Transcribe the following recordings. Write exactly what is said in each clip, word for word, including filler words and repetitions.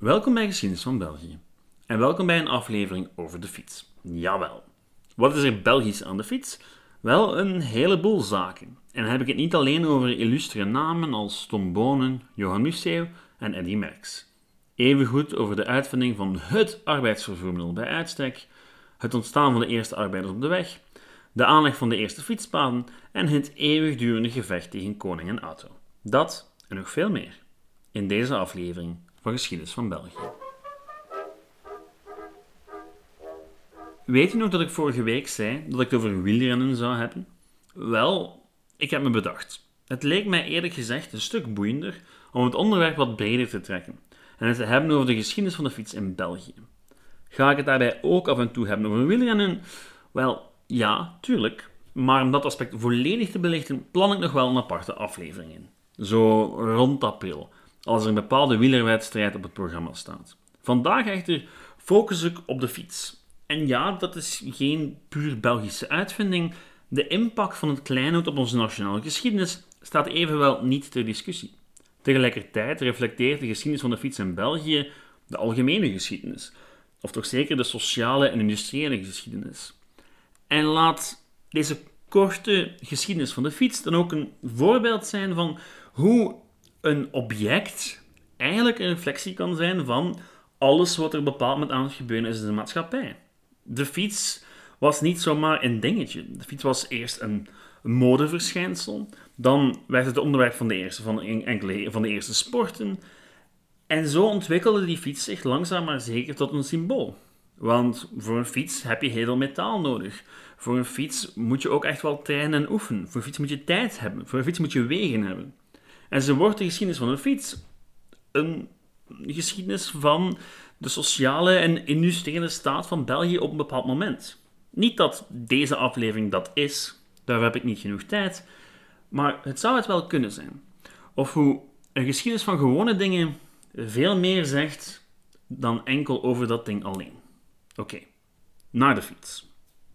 Welkom bij Geschiedenis van België. En welkom bij een aflevering over de fiets. Jawel. Wat is er Belgisch aan de fiets? Wel, een heleboel zaken. En dan heb ik het niet alleen over illustere namen als Tom Bonen, Johan Museeuw en Eddy Merckx. Evengoed over de uitvinding van het arbeidsvervoermiddel bij uitstek, het ontstaan van de eerste arbeiders op de weg, de aanleg van de eerste fietspaden en het eeuwigdurende gevecht tegen koning en auto. Dat en nog veel meer in deze aflevering van Geschiedenis van België. Weet u nog dat ik vorige week zei dat ik het over wielrennen zou hebben? Wel, ik heb me bedacht. Het leek mij eerlijk gezegd een stuk boeiender om het onderwerp wat breder te trekken en het te hebben over de geschiedenis van de fiets in België. Ga ik het daarbij ook af en toe hebben over wielrennen? Wel, ja, tuurlijk. Maar om dat aspect volledig te belichten, plan ik nog wel een aparte aflevering in. Zo rond april, als er een bepaalde wielerwedstrijd op het programma staat. Vandaag echter focus ik op de fiets. En ja, dat is geen puur Belgische uitvinding. De impact van het kleinood op onze nationale geschiedenis staat evenwel niet ter discussie. Tegelijkertijd reflecteert de geschiedenis van de fiets in België de algemene geschiedenis. Of toch zeker de sociale en industriële geschiedenis. En laat deze korte geschiedenis van de fiets dan ook een voorbeeld zijn van hoe een object eigenlijk een reflectie kan zijn van alles wat er op een bepaald moment aan het gebeuren is in de maatschappij. De fiets was niet zomaar een dingetje. De fiets was eerst een modeverschijnsel, dan werd het onderwerp van de eerste, van enkele, van de eerste sporten. En zo ontwikkelde die fiets zich langzaam maar zeker tot een symbool. Want voor een fiets heb je heel veel metaal nodig. Voor een fiets moet je ook echt wel trainen en oefenen. Voor een fiets moet je tijd hebben. Voor een fiets moet je wegen hebben. En zo wordt de geschiedenis van een fiets een geschiedenis van de sociale en industriële staat van België op een bepaald moment. Niet dat deze aflevering dat is, daar heb ik niet genoeg tijd, maar het zou het wel kunnen zijn. Of hoe een geschiedenis van gewone dingen veel meer zegt dan enkel over dat ding alleen. Oké, okay. Naar de fiets.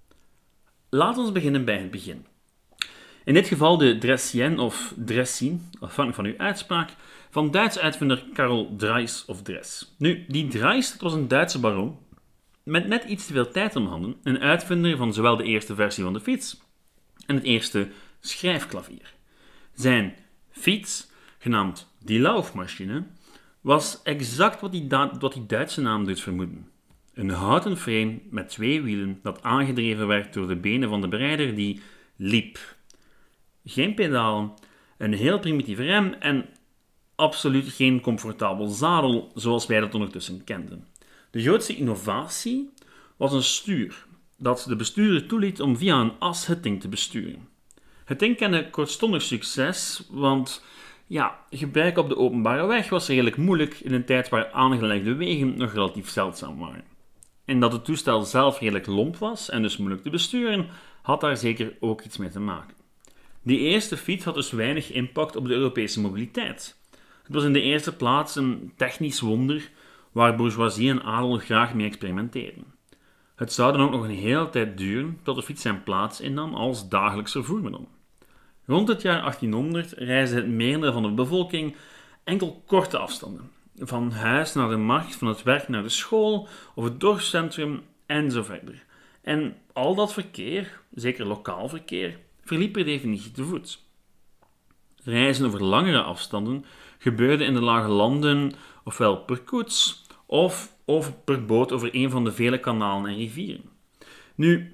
Laten we beginnen bij het begin. In dit geval de Dressienne of Dressin, afhankelijk van uw uitspraak, van Duitse uitvinder Karl Drais of Dress. Nu, die Drais dat was een Duitse baron met net iets te veel tijd om handen, een uitvinder van zowel de eerste versie van de fiets en het eerste schrijfklavier. Zijn fiets, genaamd die Laufmaschine, was exact wat die, da- wat die Duitse naam doet vermoeden. Een houten frame met twee wielen dat aangedreven werd door de benen van de berijder die liep. Geen pedalen, een heel primitieve rem en absoluut geen comfortabel zadel zoals wij dat ondertussen kenden. De grootste innovatie was een stuur dat de bestuurder toeliet om via een as het ding te besturen. Het ding kende kortstondig succes, want ja, gebruik op de openbare weg was redelijk moeilijk in een tijd waar aangelegde wegen nog relatief zeldzaam waren. En dat het toestel zelf redelijk lomp was en dus moeilijk te besturen, had daar zeker ook iets mee te maken. Die eerste fiets had dus weinig impact op de Europese mobiliteit. Het was in de eerste plaats een technisch wonder waar bourgeoisie en adel graag mee experimenteerden. Het zou dan ook nog een hele tijd duren tot de fiets zijn plaats innam als dagelijks vervoermiddel. Rond het jaar achttienhonderd reisde het merendeel van de bevolking enkel korte afstanden. Van huis naar de markt, van het werk naar de school of het dorpscentrum en zo verder. En al dat verkeer, zeker lokaal verkeer, verliep per definitie te voet. Reizen over langere afstanden gebeurde in de lage landen ofwel per koets of, of per boot over een van de vele kanalen en rivieren. Nu,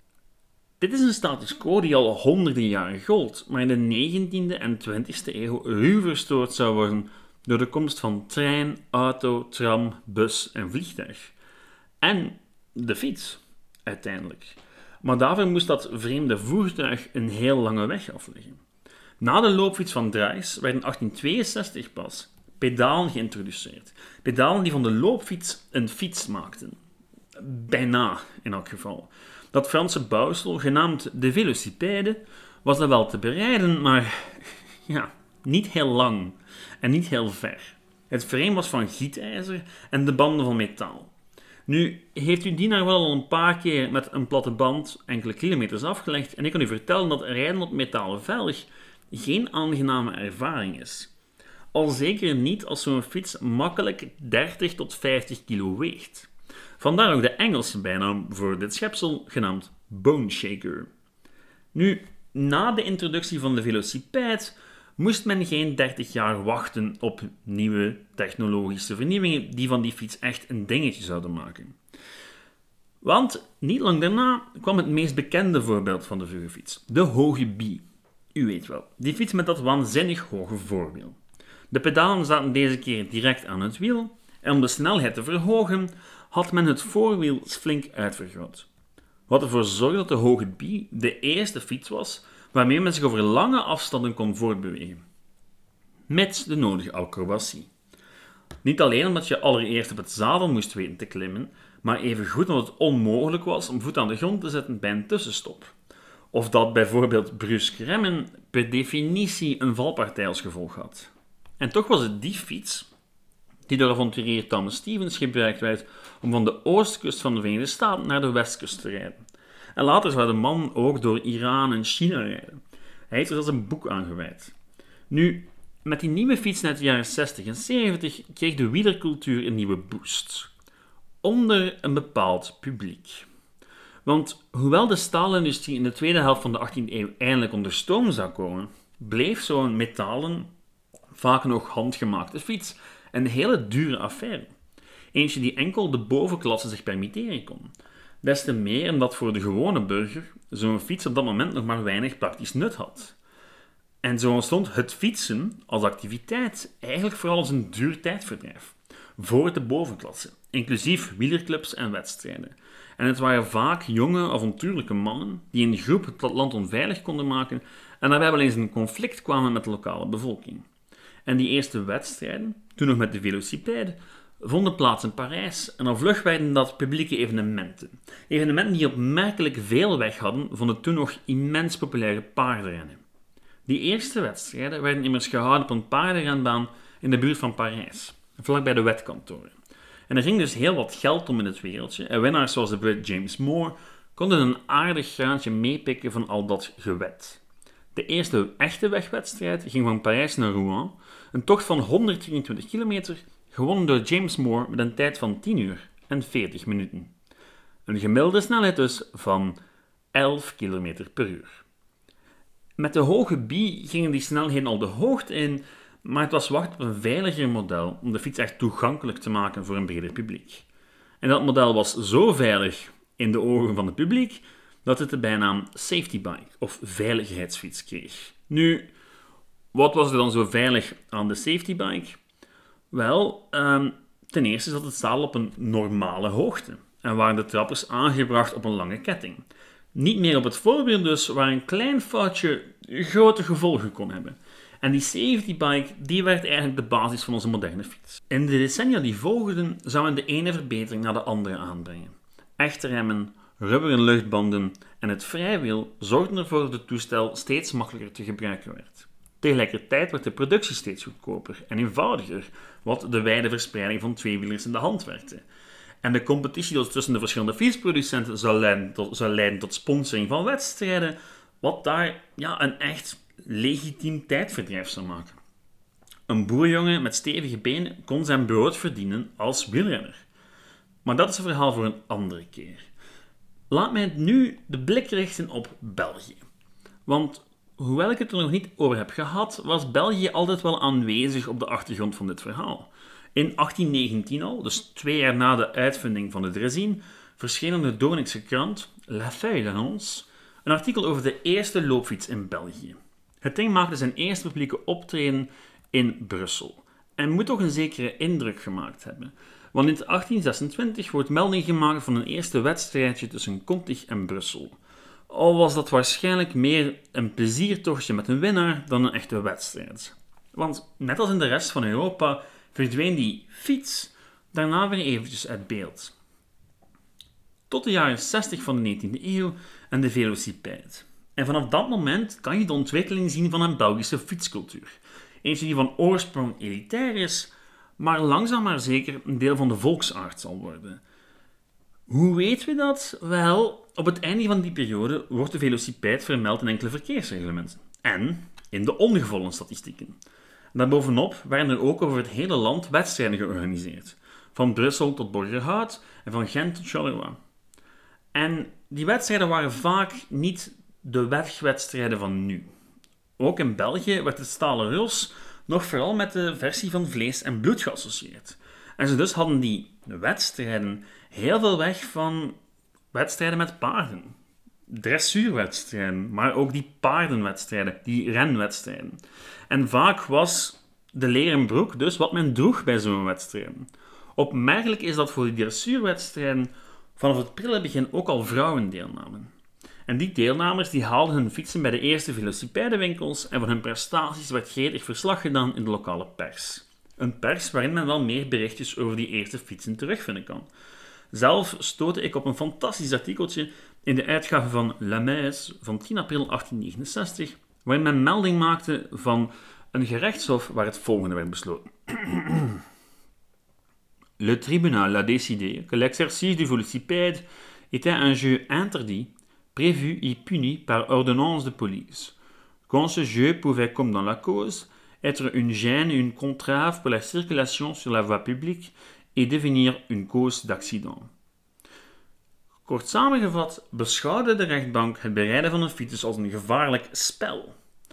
dit is een status quo die al honderden jaren gold, maar in de negentiende en twintigste eeuw ruw verstoord zou worden door de komst van trein, auto, tram, bus en vliegtuig. En de fiets, uiteindelijk. Maar daarvoor moest dat vreemde voertuig een heel lange weg afleggen. Na de loopfiets van Drais werden in achttien tweeënzestig pas pedalen geïntroduceerd. Pedalen die van de loopfiets een fiets maakten. Bijna, in elk geval. Dat Franse bouwsel, genaamd de velocipede, was dan wel te berijden, maar ja, niet heel lang en niet heel ver. Het frame was van gietijzer en de banden van metaal. Nu, heeft u die nou wel al een paar keer met een platte band enkele kilometers afgelegd en ik kan u vertellen dat rijden op metalen velg geen aangename ervaring is. Al zeker niet als zo'n fiets makkelijk dertig tot vijftig kilo weegt. Vandaar ook de Engelse bijnaam voor dit schepsel, genaamd Bone Shaker. Nu, na de introductie van de velociped moest men geen dertig jaar wachten op nieuwe technologische vernieuwingen die van die fiets echt een dingetje zouden maken. Want niet lang daarna kwam het meest bekende voorbeeld van de vroege fiets, de hoge bie. U weet wel, die fiets met dat waanzinnig hoge voorwiel. De pedalen zaten deze keer direct aan het wiel en om de snelheid te verhogen had men het voorwiel flink uitvergroot. Wat ervoor zorgde dat de hoge bie de eerste fiets was waarmee men zich over lange afstanden kon voortbewegen. Met de nodige acrobatie. Niet alleen omdat je allereerst op het zadel moest weten te klimmen, maar evengoed omdat het onmogelijk was om voet aan de grond te zetten bij een tussenstop. Of dat bijvoorbeeld brusk remmen per definitie een valpartij als gevolg had. En toch was het die fiets die door avonturier Thomas Stevens gebruikt werd om van de oostkust van de Verenigde Staten naar de westkust te rijden. En later zou de man ook door Iran en China rijden. Hij heeft er zelfs een boek aan gewijd. Nu, met die nieuwe fiets uit de jaren zestig en zeventig kreeg de wielercultuur een nieuwe boost. Onder een bepaald publiek. Want hoewel de staalindustrie in de tweede helft van de achttiende eeuw eindelijk onder stoom zou komen, bleef zo'n metalen, vaak nog handgemaakte fiets een hele dure affaire. Eentje die enkel de bovenklasse zich permitteren kon. Des te meer omdat voor de gewone burger zo'n fiets op dat moment nog maar weinig praktisch nut had. En zo ontstond het fietsen als activiteit eigenlijk vooral als een duur tijdverdrijf. Voor de bovenklasse, inclusief wielerclubs en wedstrijden. En het waren vaak jonge, avontuurlijke mannen die in groep het platteland onveilig konden maken en daarbij wel eens in conflict kwamen met de lokale bevolking. En die eerste wedstrijden, toen nog met de velocipede, vonden plaats in Parijs en al vlug werden dat publieke evenementen. Evenementen die opmerkelijk veel weg hadden van de toen nog immens populaire paardenrennen. Die eerste wedstrijden werden immers gehouden op een paardenrenbaan in de buurt van Parijs, vlakbij de wetkantoren. En er ging dus heel wat geld om in het wereldje en winnaars zoals de Brit James Moore konden een aardig graantje meepikken van al dat gewed. De eerste echte wegwedstrijd ging van Parijs naar Rouen, een tocht van honderddrieëntwintig kilometer, gewonnen door James Moore met een tijd van tien uur en veertig minuten. Een gemiddelde snelheid dus van elf kilometer per uur. Met de hoge bie gingen die snelheden al de hoogte in, maar het was wachten op een veiliger model om de fiets echt toegankelijk te maken voor een breder publiek. En dat model was zo veilig in de ogen van het publiek dat het de bijnaam safety bike of veiligheidsfiets kreeg. Nu, wat was er dan zo veilig aan de safety bike? Wel, um, ten eerste zat het zadel op een normale hoogte en waren de trappers aangebracht op een lange ketting. Niet meer op het voorwiel dus, waar een klein foutje grote gevolgen kon hebben. En die safety bike, die werd eigenlijk de basis van onze moderne fiets. In de decennia die volgden, zou men de ene verbetering naar de andere aanbrengen. Echte remmen, rubberen luchtbanden en het vrijwiel zorgden ervoor dat het toestel steeds makkelijker te gebruiken werd. Tegelijkertijd werd de productie steeds goedkoper en eenvoudiger, wat de wijde verspreiding van tweewielers in de hand werkte. En de competitie tussen de verschillende fietsproducenten zou leiden tot, zou leiden tot sponsoring van wedstrijden, wat daar ja, een echt legitiem tijdverdrijf zou maken. Een boerjongen met stevige benen kon zijn brood verdienen als wielrenner. Maar dat is een verhaal voor een andere keer. Laat mij nu de blik richten op België. Want hoewel ik het er nog niet over heb gehad, was België altijd wel aanwezig op de achtergrond van dit verhaal. In achttien negentien al, dus twee jaar na de uitvinding van de drezine, verscheen in de Doornikse krant La Feuille d'Annonce een artikel over de eerste loopfiets in België. Het ding maakte zijn eerste publieke optreden in Brussel en moet toch een zekere indruk gemaakt hebben. Want in achttien zesentwintig wordt melding gemaakt van een eerste wedstrijdje tussen Contig en Brussel. Al was dat waarschijnlijk meer een pleziertochtje met een winnaar dan een echte wedstrijd. Want net als in de rest van Europa verdween die fiets daarna weer eventjes uit beeld. Tot de jaren zestig van de negentiende eeuw en de velocipede. En vanaf dat moment kan je de ontwikkeling zien van een Belgische fietscultuur. Eentje die van oorsprong elitair is, maar langzaam maar zeker een deel van de volksaard zal worden. Hoe weten we dat? Wel, op het einde van die periode wordt de velocipede vermeld in enkele verkeersreglementen en in de ongevallenstatistieken. Daarbovenop werden er ook over het hele land wedstrijden georganiseerd. Van Brussel tot Borgerhout en van Gent tot Charleroi. En die wedstrijden waren vaak niet de wegwedstrijden van nu. Ook in België werd het stalen ruls nog vooral met de versie van vlees en bloed geassocieerd. En zo dus hadden die wedstrijden heel veel weg van wedstrijden met paarden. Dressuurwedstrijden, maar ook die paardenwedstrijden, die renwedstrijden. En vaak was de leren broek dus wat men droeg bij zo'n wedstrijden. Opmerkelijk is dat voor die dressuurwedstrijden vanaf het prille begin ook al vrouwen deelnamen. En die deelnemers die haalden hun fietsen bij de eerste velocipèdewinkels en van hun prestaties werd gretig verslag gedaan in de lokale pers. Een pers waarin men wel meer berichtjes over die eerste fietsen terugvinden kan. Zelf stootte ik op een fantastisch artikeltje in de uitgave van La Meuse van tien april achttien negenenzestig, waarin men melding maakte van een gerechtshof waar het volgende werd besloten. Le tribunal a décidé que l'exercice du velocipède était un jeu interdit, prévu et puni par ordonnance de police. Quand ce jeu pouvait, comme dans la cause, être une gêne et une entrave pour la circulation sur la voie publique et devenir une cause d'accident. Kort samengevat beschouwde de rechtbank het berijden van een fiets als een gevaarlijk spel.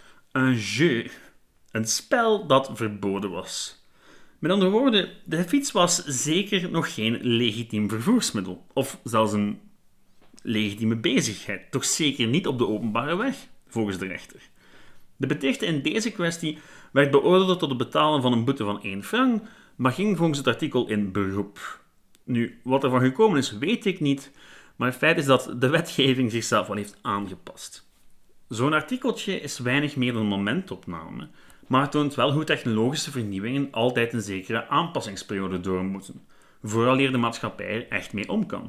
Un jeu. Een spel dat verboden was. Met andere woorden, de fiets was zeker nog geen legitiem vervoersmiddel, of zelfs een legitieme bezigheid, toch zeker niet op de openbare weg, volgens de rechter. De betichte in deze kwestie werd beoordeeld tot het betalen van een boete van één frank, maar ging volgens het artikel in beroep. Nu, wat er van gekomen is, weet ik niet, maar het feit is dat de wetgeving zichzelf wel heeft aangepast. Zo'n artikeltje is weinig meer dan een momentopname, maar het toont wel hoe technologische vernieuwingen altijd een zekere aanpassingsperiode door moeten, vooraleer de maatschappij er echt mee om kan.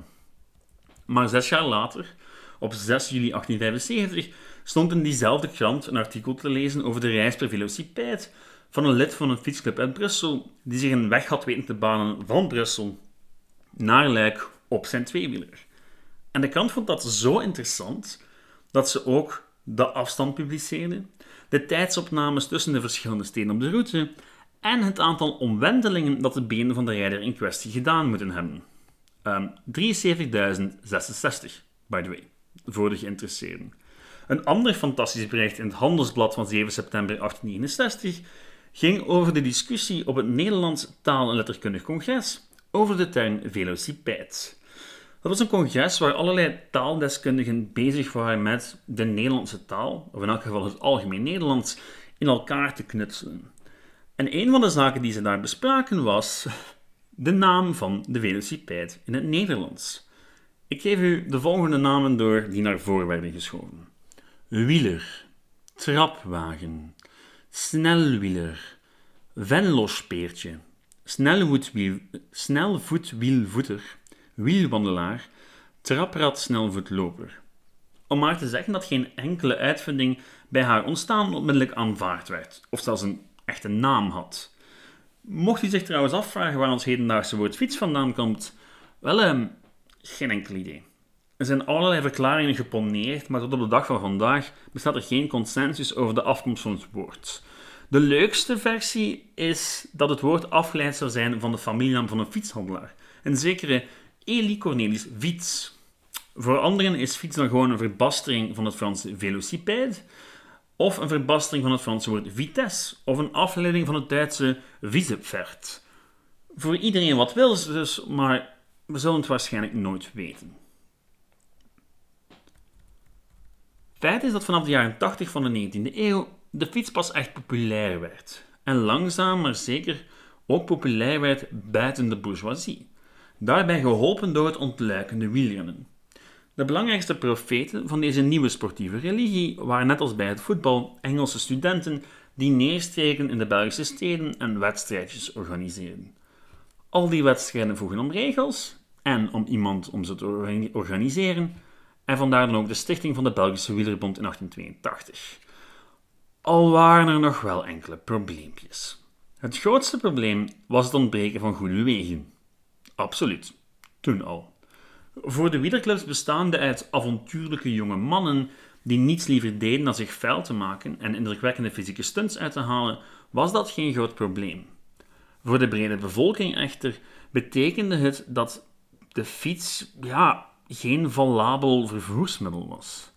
Maar zes jaar later, op zes juli achttien vijfenzeventig, stond in diezelfde krant een artikel te lezen over de reis per velociped van een lid van een fietsclub uit Brussel, die zich een weg had weten te banen van Brussel naar Luik op zijn tweewieler. En de krant vond dat zo interessant dat ze ook de afstand publiceerde, de tijdsopnames tussen de verschillende steden op de route en het aantal omwentelingen dat de benen van de rijder in kwestie gedaan moeten hebben. Um, drieënzeventigduizend zesenzestig, by the way, voor de geïnteresseerden. Een ander fantastisch bericht in het Handelsblad van zeven september achttien negenenzestig ging over de discussie op het Nederlands Taal- en Letterkundig Congres over de term velociped. Dat was een congres waar allerlei taaldeskundigen bezig waren met de Nederlandse taal, of in elk geval het algemeen Nederlands, in elkaar te knutselen. En een van de zaken die ze daar bespraken was de naam van de velociped in het Nederlands. Ik geef u de volgende namen door die naar voren werden geschoven. Wieler, trapwagen, snelwieler, venlospeertje, snelvoetwiel, snelvoetwielvoeter, wielwandelaar, traprad-snelvoetloper. Om maar te zeggen dat geen enkele uitvinding bij haar ontstaan onmiddellijk aanvaard werd, of zelfs een echte naam had. Mocht u zich trouwens afvragen waar ons hedendaagse woord fiets vandaan komt, wel, eh, geen enkel idee. Er zijn allerlei verklaringen geponeerd, maar tot op de dag van vandaag bestaat er geen consensus over de afkomst van het woord. De leukste versie is dat het woord afgeleid zou zijn van de familienaam van een fietshandelaar, een zekere Elie Cornelis Fiets. Voor anderen is fiets dan gewoon een verbastering van het Franse velocipède, of een verbastering van het Franse woord vitesse, of een afleiding van het Duitse Wiesepferd. Voor iedereen wat wil dus, maar we zullen het waarschijnlijk nooit weten. Feit is dat vanaf de jaren tachtig van de negentiende eeuw de fiets pas echt populair werd. En langzaam maar zeker ook populair werd buiten de bourgeoisie. Daarbij geholpen door het ontluikende wielrennen. De belangrijkste profeten van deze nieuwe sportieve religie waren net als bij het voetbal Engelse studenten die neerstreken in de Belgische steden en wedstrijdjes organiseerden. Al die wedstrijden vroegen om regels en om iemand om ze te organiseren en vandaar dan ook de stichting van de Belgische Wielerbond in achttien tweeëntachtig. Al waren er nog wel enkele probleempjes. Het grootste probleem was het ontbreken van goede wegen. Absoluut, toen al. Voor de wielerclubs bestaande uit avontuurlijke jonge mannen die niets liever deden dan zich vuil te maken en indrukwekkende fysieke stunts uit te halen, was dat geen groot probleem. Voor de brede bevolking echter betekende het dat de fiets ja, geen valabel vervoersmiddel was.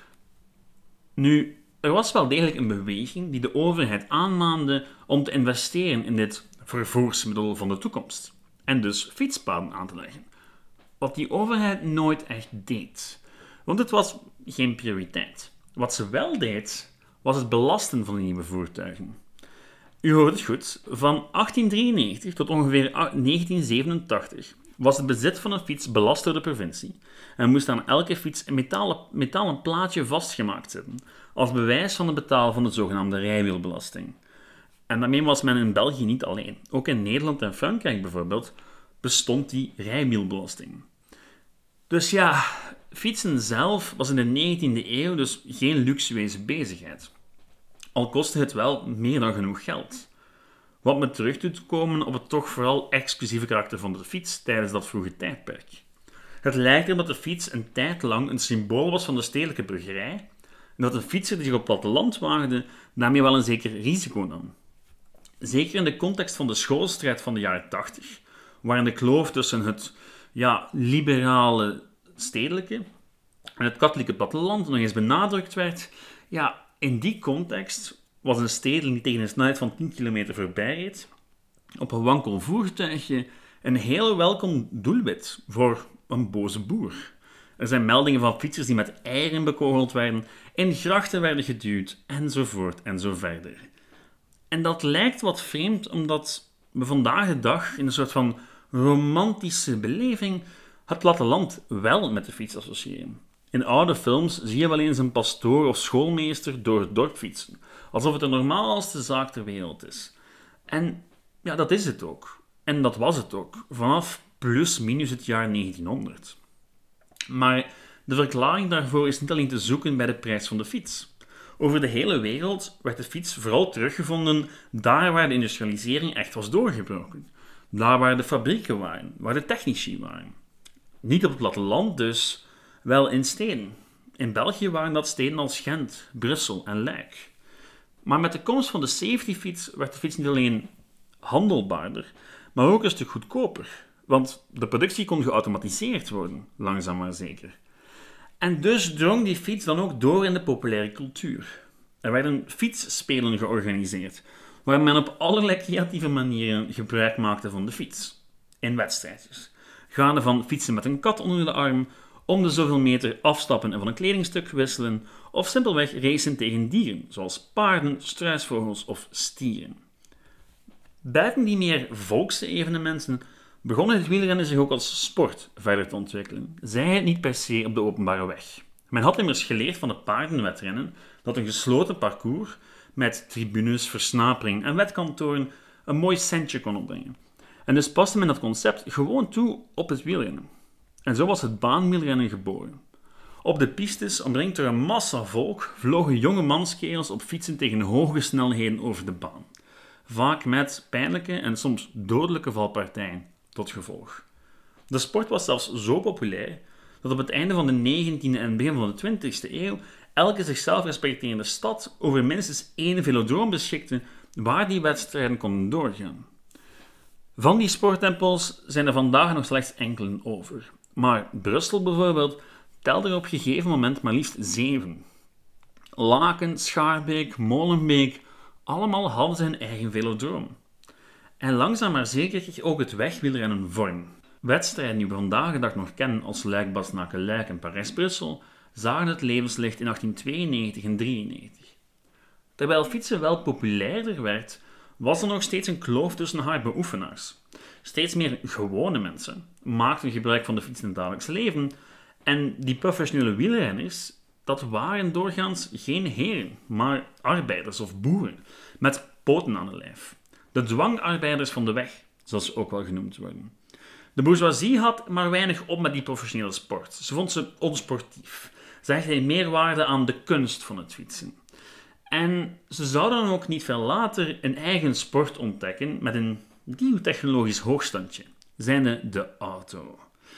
Nu, er was wel degelijk een beweging die de overheid aanmaande om te investeren in dit vervoersmiddel van de toekomst en dus fietspaden aan te leggen. Wat die overheid nooit echt deed, want het was geen prioriteit. Wat ze wel deed, was het belasten van de nieuwe voertuigen. U hoort het goed, van achttien drieënnegentig tot ongeveer negentien zevenentachtig was het bezit van een fiets belast door de provincie en moest aan elke fiets een metalen, metalen plaatje vastgemaakt zitten, als bewijs van het betalen van de zogenaamde rijwielbelasting. En daarmee was men in België niet alleen. Ook in Nederland en Frankrijk bijvoorbeeld bestond die rijwielbelasting. Dus ja, fietsen zelf was in de negentiende eeuw dus geen luxueuze bezigheid. Al kostte het wel meer dan genoeg geld. Wat me terug doet komen op het toch vooral exclusieve karakter van de fiets tijdens dat vroege tijdperk. Het lijkt erop dat de fiets een tijd lang een symbool was van de stedelijke burgerij en dat de fietser die zich op het platteland waagde daarmee wel een zeker risico nam. Zeker in de context van de schoolstrijd van de jaren tachtig, waarin de kloof tussen het ja, liberale stedelijke en het katholieke platteland nog eens benadrukt werd, ja, in die context was een stedeling die tegen een snelheid van tien kilometer voorbij reed, op een wankel voertuigje een heel welkom doelwit voor een boze boer. Er zijn meldingen van fietsers die met eieren bekogeld werden, in grachten werden geduwd, enzovoort en zo verder. En dat lijkt wat vreemd, omdat we vandaag de dag in een soort van romantische beleving het platteland wel met de fiets associëren. In oude films zie je wel eens een pastoor of schoolmeester door het dorp fietsen, alsof het de normaalste zaak ter wereld is. En ja, dat is het ook. En dat was het ook, vanaf plus minus het jaar negentienhonderd. Maar de verklaring daarvoor is niet alleen te zoeken bij de prijs van de fiets. Over de hele wereld werd de fiets vooral teruggevonden daar waar de industrialisering echt was doorgebroken. Daar waar de fabrieken waren, waar de technici waren. Niet op het platteland dus, wel in steden. In België waren dat steden als Gent, Brussel en Luik. Maar met de komst van de safetyfiets werd de fiets niet alleen handelbaarder, maar ook een stuk goedkoper. Want de productie kon geautomatiseerd worden, langzaam maar zeker. En dus drong die fiets dan ook door in de populaire cultuur. Er werden fietsspelen georganiseerd, waar men op allerlei creatieve manieren gebruik maakte van de fiets. In wedstrijdjes. Gaande van fietsen met een kat onder de arm, om de zoveel meter afstappen en van een kledingstuk wisselen, of simpelweg racen tegen dieren, zoals paarden, struisvogels of stieren. Buiten die meer volkse evenementen begon het wielrennen zich ook als sport verder te ontwikkelen, zij het niet per se op de openbare weg. Men had immers geleerd van het paardenwedrennen dat een gesloten parcours met tribunes, versnapering en wetkantoren een mooi centje kon opbrengen. En dus paste men dat concept gewoon toe op het wielrennen. En zo was het baanwielrennen geboren. Op de pistes, omringd door een massa volk, vlogen jonge manskerels op fietsen tegen hoge snelheden over de baan. Vaak met pijnlijke en soms dodelijke valpartijen tot gevolg. De sport was zelfs zo populair dat op het einde van de negentiende en begin van de twintigste eeuw elke zichzelf respecterende stad over minstens één velodroom beschikte waar die wedstrijden konden doorgaan. Van die sporttempels zijn er vandaag nog slechts enkelen over. Maar Brussel bijvoorbeeld telde er op een gegeven moment maar liefst zeven. Laken, Schaarbeek, Molenbeek, allemaal hadden ze hun eigen velodroom. En langzaam maar zeker kreeg ook het wegwielrennen vorm. Wedstrijden die we vandaag de dag nog kennen als Luik, Bastenaken, Luik en Parijs-Brussel zagen het levenslicht in achttien tweeënnegentig en drieënnegentig. Terwijl fietsen wel populairder werd, was er nog steeds een kloof tussen haar beoefenaars. Steeds meer gewone mensen maakten gebruik van de fiets in het dagelijks leven en die professionele wielrenners, dat waren doorgaans geen heren, maar arbeiders of boeren, met poten aan de lijf. De dwangarbeiders van de weg, zoals ze ook wel genoemd worden. De bourgeoisie had maar weinig op met die professionele sport. Ze vond ze onsportief. Ze hechten meerwaarde aan de kunst van het fietsen. En ze zouden ook niet veel later een eigen sport ontdekken met een nieuw technologisch hoogstandje, zijnde de auto.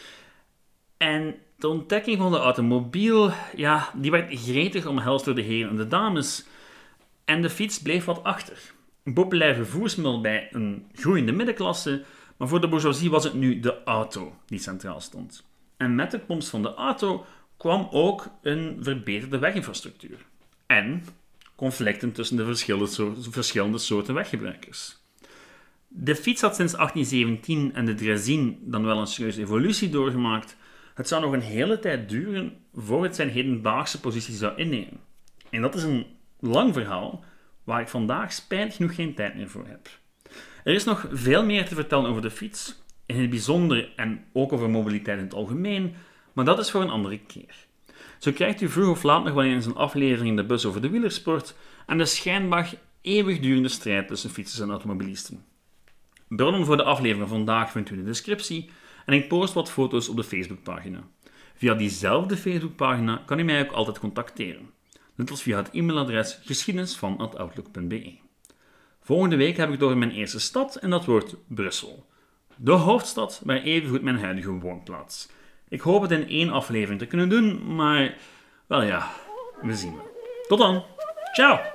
En de ontdekking van de automobiel, ja, die werd gretig omhelst door de heren en de dames. En de fiets bleef wat achter. Een populair vervoersmiddel bij een groeiende middenklasse, maar voor de bourgeoisie was het nu de auto die centraal stond. En met de komst van de auto kwam ook een verbeterde weginfrastructuur. En conflicten tussen de verschillende soorten weggebruikers. De fiets had sinds achttien zeventien en de draisine dan wel een serieuze evolutie doorgemaakt. Het zou nog een hele tijd duren voor het zijn hedendaagse positie zou innemen. En dat is een lang verhaal waar ik vandaag spijtig genoeg geen tijd meer voor heb. Er is nog veel meer te vertellen over de fiets, in het bijzonder en ook over mobiliteit in het algemeen, maar dat is voor een andere keer. Zo krijgt u vroeg of laat nog wel eens een aflevering in de bus over de wielersport en de schijnbaar eeuwigdurende strijd tussen fietsers en automobilisten. Bronnen voor de aflevering van vandaag vindt u in de descriptie en ik post wat foto's op de Facebookpagina. Via diezelfde Facebookpagina kan u mij ook altijd contacteren. Net als via het e-mailadres geschiedenis at outlook punt be. Volgende week heb ik het over mijn eerste stad en dat wordt Brussel. De hoofdstad, maar evengoed mijn huidige woonplaats. Ik hoop het in één aflevering te kunnen doen, maar wel ja, we zien wel. Tot dan. Ciao!